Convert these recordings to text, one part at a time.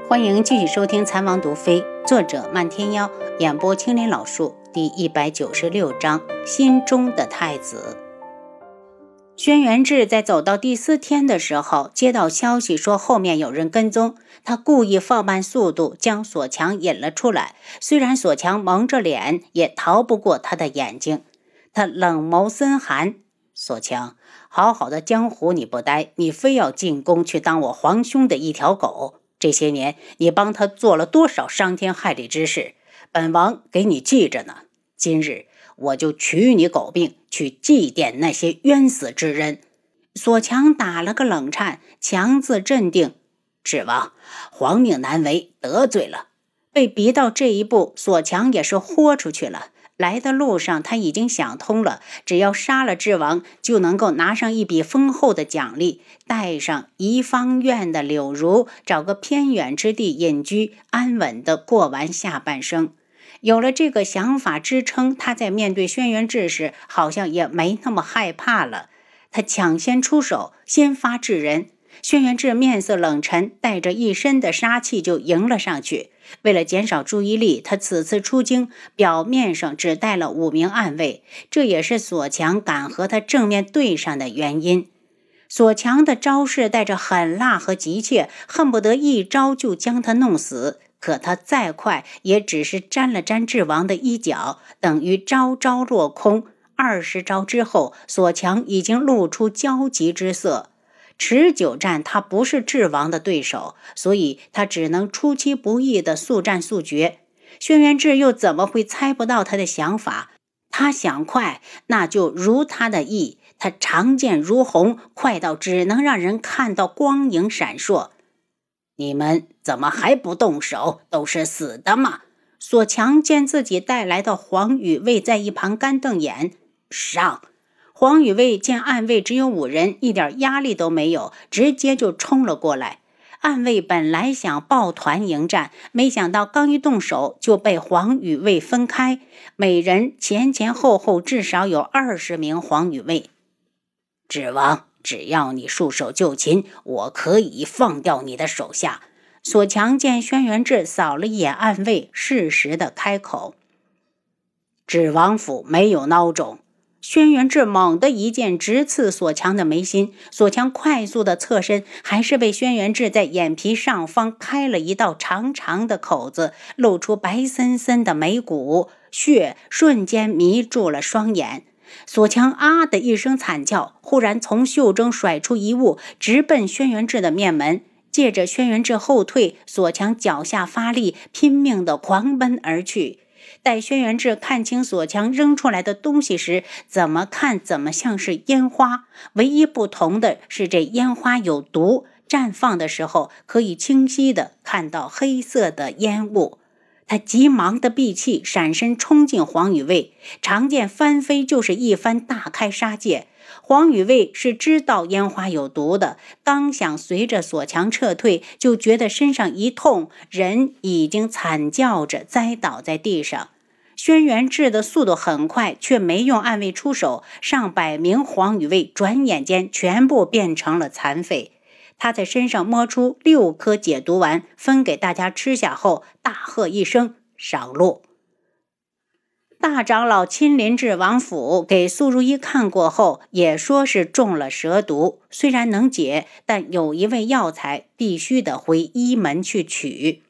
欢迎继续收听《残王毒妃》，作者漫天妖，演播青林老树，第196章心中的太子。轩辕志在走到第4天的时候，接到消息说后面有人跟踪，他故意放慢速度，将索强引了出来。虽然索强蒙着脸，也逃不过他的眼睛。他冷眸森寒：索强，好好的江湖你不待，你非要进宫去当我皇兄的一条狗。这些年你帮他做了多少伤天害理之事，本王给你记着呢。今日我就取你狗病，去祭奠那些冤死之人。索强打了个冷颤，强自镇定：指王，皇命难违，得罪了。被逼到这一步，索强也是豁出去了。来的路上他已经想通了，只要杀了智王，就能够拿上一笔丰厚的奖励，带上怡芳院的柳如，找个偏远之地隐居，安稳地过完下半生。有了这个想法支撑，他在面对轩辕志时好像也没那么害怕了。他抢先出手，先发制人。轩辕志面色冷沉，带着一身的杀气就迎了上去。为了减少注意力，他此次出京表面上只带了5名暗卫，这也是索强敢和他正面对上的原因。索强的招式带着狠辣和急切，恨不得一招就将他弄死，可他再快也只是沾了沾智王的衣角，等于招招落空。20招之后，索强已经露出焦急之色。持久战他不是智王的对手，所以他只能出其不意的速战速决。轩辕志又怎么会猜不到他的想法？他想快，那就如他的意。他长剑如虹，快到只能让人看到光影闪烁。你们怎么还不动手？都是死的吗？索强见自己带来的黄羽卫在一旁干瞪眼，上！黄羽卫见暗卫只有5人，一点压力都没有，直接就冲了过来。暗卫本来想抱团迎战，没想到刚一动手就被黄羽卫分开，每人前前后后至少有20名黄羽卫。指王，只要你束手就擒，我可以放掉你的手下。索强见轩辕志扫了一眼暗卫，适时的开口：指王府没有孬种。轩辕志猛地一剑直刺索强的眉心，索强快速的侧身，还是被轩辕志在眼皮上方开了一道长长的口子，露出白森森的眉骨，血瞬间迷住了双眼。索强啊的一声惨叫，忽然从袖中甩出一物，直奔轩辕志的面门。借着轩辕志后退，索强脚下发力，拼命的狂奔而去。待轩辕志看清索强扔出来的东西时，怎么看怎么像是烟花，唯一不同的是这烟花有毒，绽放的时候可以清晰地看到黑色的烟雾。他急忙的闭气，闪身冲进黄羽卫，长剑翻飞就是一番大开杀戒。黄羽卫是知道烟花有毒的，刚想随着索强撤退，就觉得身上一痛，人已经惨叫着栽倒在地上。轩辕志的速度很快，却没用暗卫出手，上百名黄羽卫转眼间全部变成了残废。他在身上摸出6颗解毒丸，分给大家吃下后，大喝一声：上路！大长老亲临至王府，给苏如意看过后，也说是中了蛇毒，虽然能解，但有一味药材必须得回医门去取。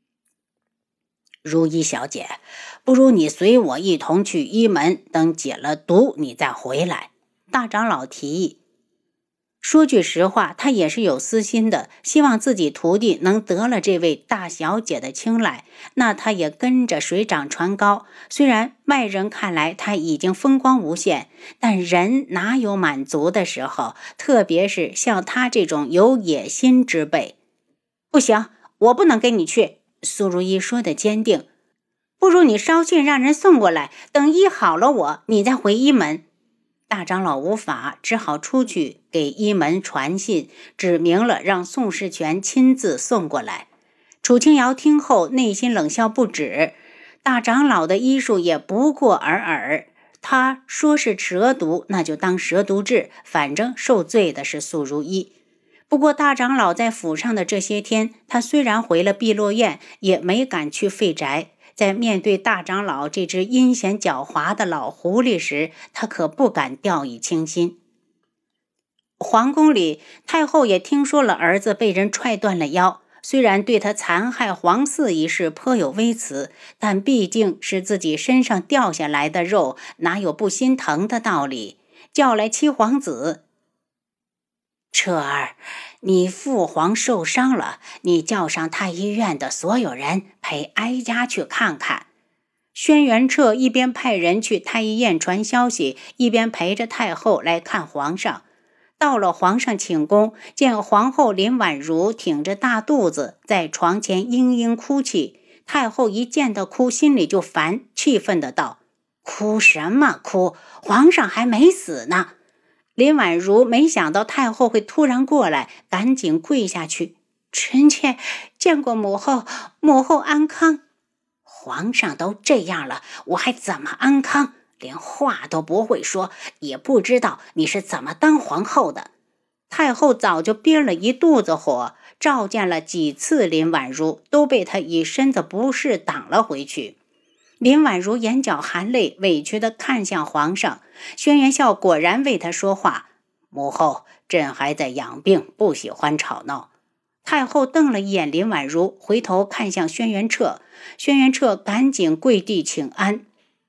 如意小姐，不如你随我一同去医门，等解了毒你再回来。大长老提议。说句实话，他也是有私心的，希望自己徒弟能得了这位大小姐的青睐，那他也跟着水涨船高。虽然外人看来他已经风光无限，但人哪有满足的时候，特别是像他这种有野心之辈。不行，我不能跟你去。苏如意说的坚定，不如你捎信让人送过来，等医好了我，你再回医门。大长老无法，只好出去给医门传信，指明了让宋世权亲自送过来。楚清瑶听后内心冷笑不止，大长老的医术也不过尔尔，他说是蛇毒，那就当蛇毒治，反正受罪的是苏如意。 不过大长老在府上的这些天，他虽然回了碧落院，也没敢去废宅。在面对大长老这只阴险狡猾的老狐狸时，他可不敢掉以轻心。皇宫里，太后也听说了儿子被人踹断了腰，虽然对他残害皇嗣一事颇有微词，但毕竟是自己身上掉下来的肉，哪有不心疼的道理？叫来七皇子，彻儿，你父皇受伤了，你叫上太医院的所有人陪哀家去看看。轩辕彻一边派人去太医院传消息，一边陪着太后来看皇上。到了皇上寝宫，见皇后林婉如挺着大肚子在床前嘤嘤哭泣，太后一见到哭，心里就烦，气愤的道：哭什么哭？皇上还没死呢。林婉如没想到太后会突然过来，赶紧跪下去：臣妾见过母后，母后安康。皇上都这样了，我还怎么安康？连话都不会说，也不知道你是怎么当皇后的。太后早就憋了一肚子火，召见了几次林婉如，都被她以身子不适挡了回去。林婉如眼角含泪，委屈地看向皇上。轩辕笑果然为她说话：母后，朕还在养病，不喜欢吵闹。太后瞪了一眼林婉如，回头看向轩辕彻。轩辕彻赶紧跪地请安：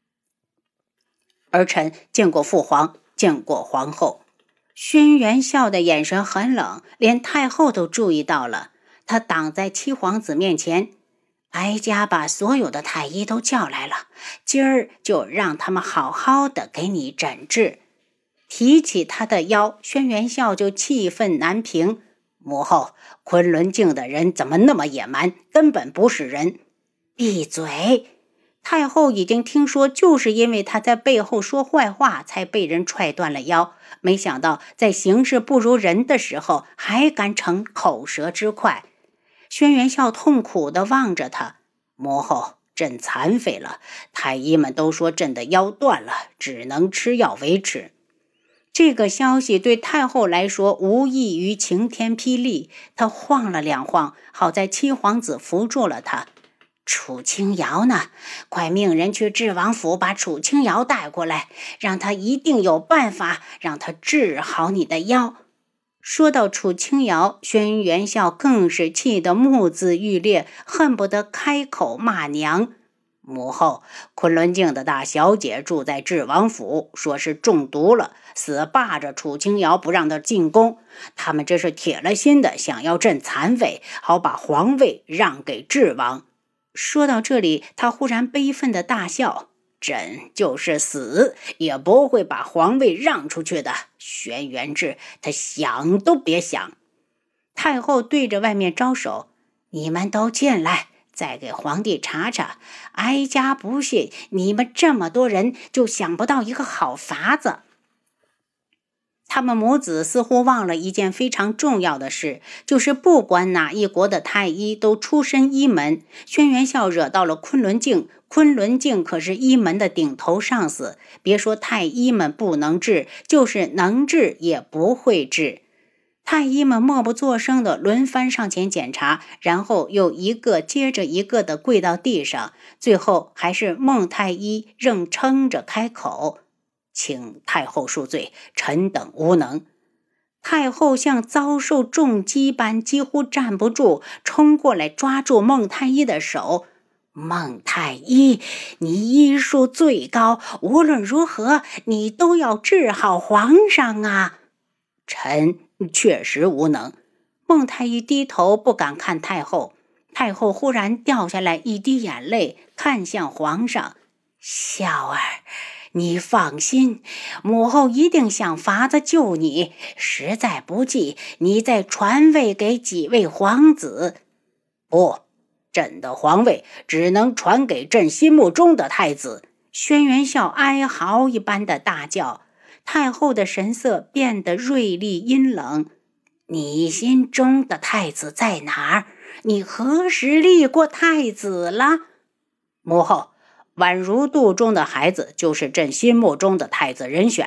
儿臣见过父皇，见过皇后。轩辕笑的眼神很冷，连太后都注意到了。他挡在七皇子面前：哀家把所有的太医都叫来了，今儿就让他们好好的给你诊治。提起他的腰，轩辕笑就气愤难平：母后，昆仑镜的人怎么那么野蛮，根本不是人。闭嘴！太后已经听说，就是因为他在背后说坏话，才被人踹断了腰。没想到在行事不如人的时候，还敢逞口舌之快。轩辕笑痛苦地望着他：母后，朕残废了，太医们都说朕的腰断了，只能吃药维持。这个消息对太后来说无异于晴天霹雳，她晃了两晃，好在七皇子扶住了她。楚清瑶呢？快命人去智王府把楚清瑶带过来，让他一定有办法让他治好你的腰。说到楚清瑶，轩辕笑更是气得目眦欲裂，恨不得开口骂娘。母后，昆仑镜的大小姐住在智王府，说是中毒了，死霸着楚清瑶不让她进宫。他们这是铁了心的，想要朕残废，好把皇位让给智王。说到这里，他忽然悲愤的大笑：朕就是死也不会把皇位让出去的，轩辕志，他想都别想。太后对着外面招手：你们都进来，再给皇帝查查。哀家不信你们这么多人就想不到一个好法子。他们母子似乎忘了一件非常重要的事，就是不管哪一国的太医都出身医门。轩辕笑惹到了昆仑镜，昆仑镜可是医门的顶头上司，别说太医们不能治，就是能治也不会治。太医们默不作声地轮番上前检查，然后又一个接着一个地跪到地上，最后还是孟太医仍撑着开口：请太后恕罪，臣等无能。太后像遭受重击般几乎站不住，冲过来抓住孟太医的手：孟太医，你医术最高，无论如何你都要治好皇上啊！臣确实无能。孟太医低头不敢看太后。太后忽然掉下来一滴眼泪，看向皇上：笑儿，你放心，母后一定想法子救你，实在不济你再传位给几位皇子。不，朕的皇位只能传给朕心目中的太子。轩辕笑哀嚎一般的大叫。太后的神色变得锐利阴冷：你心中的太子在哪儿？你何时立过太子了？母后，宛如肚中的孩子就是朕心目中的太子人选。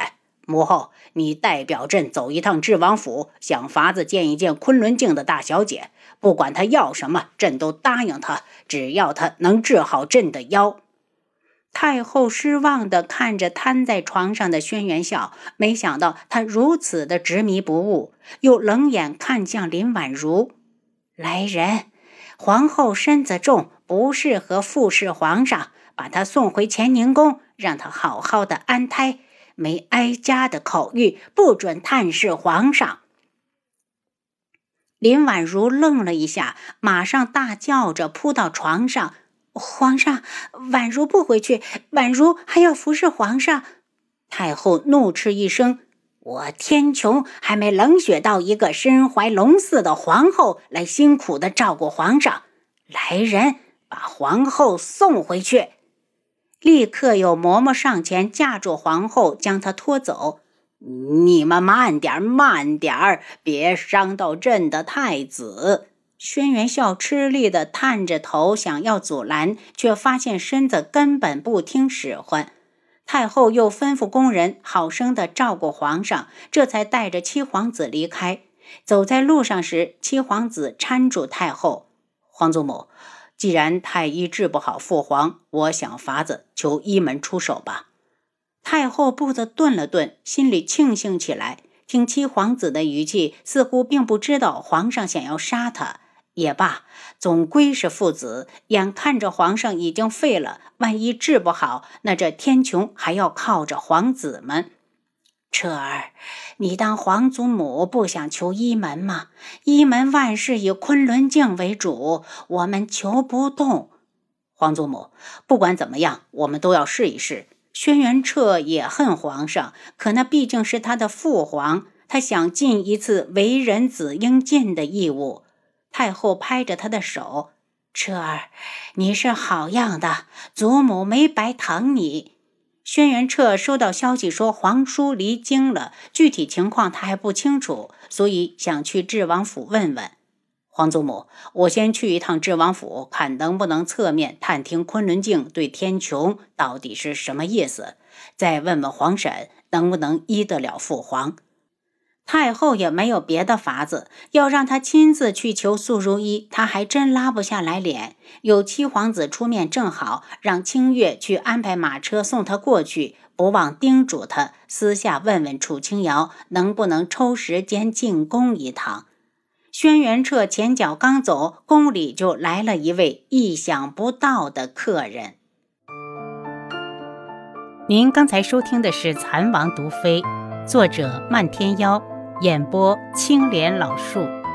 母后，你代表朕走一趟智王府，想法子见一见昆仑镜的大小姐，不管她要什么，朕都答应她，只要她能治好朕的腰。太后失望地看着瘫在床上的轩辕笑，没想到他如此的执迷不悟，又冷眼看向林婉如。来人，皇后身子重，不适合服侍皇上，把她送回乾宁宫，让她好好的安胎，没哀家的口谕，不准探视皇上。林婉如愣了一下，马上大叫着扑到床上，皇上，婉如不回去，婉如还要服侍皇上。太后怒斥一声，我天穹还没冷血到一个身怀龙嗣的皇后来辛苦的照顾皇上，来人，把皇后送回去。立刻有嬷嬷上前架住皇后，将她拖走。你们慢点，慢点，别伤到朕的太子。轩辕笑吃力地探着头想要阻拦，却发现身子根本不听使唤。太后又吩咐工人好生地照顾皇上，这才带着七皇子离开。走在路上时，七皇子搀住太后，皇祖母，既然太医治不好父皇，我想法子求医门出手吧。太后步子顿了顿，心里庆幸起来，听七皇子的语气，似乎并不知道皇上想要杀他。也罢，总归是父子，眼看着皇上已经废了，万一治不好，那这天穹还要靠着皇子们。彻儿，你当皇祖母不想求医门吗？医门万事以昆仑镜为主，我们求不动。皇祖母，不管怎么样，我们都要试一试。轩辕彻也恨皇上，可那毕竟是他的父皇，他想尽一次为人子应尽的义务。太后拍着他的手，彻儿，你是好样的，祖母没白疼你。轩辕彻收到消息说皇叔离京了，具体情况他还不清楚，所以想去智王府问问。皇祖母，我先去一趟智王府，看能不能侧面探听昆仑镜对天穹到底是什么意思，再问问皇婶能不能医得了父皇。太后也没有别的法子，要让他亲自去求素如意，他还真拉不下来脸。有七皇子出面正好，让清月去安排马车送他过去，不忘叮嘱他私下问问楚清瑶能不能抽时间进宫一趟。轩辕彻前脚刚走，宫里就来了一位意想不到的客人。您刚才收听的是《蚕王毒妃》，作者漫天妖，演播青莲老树。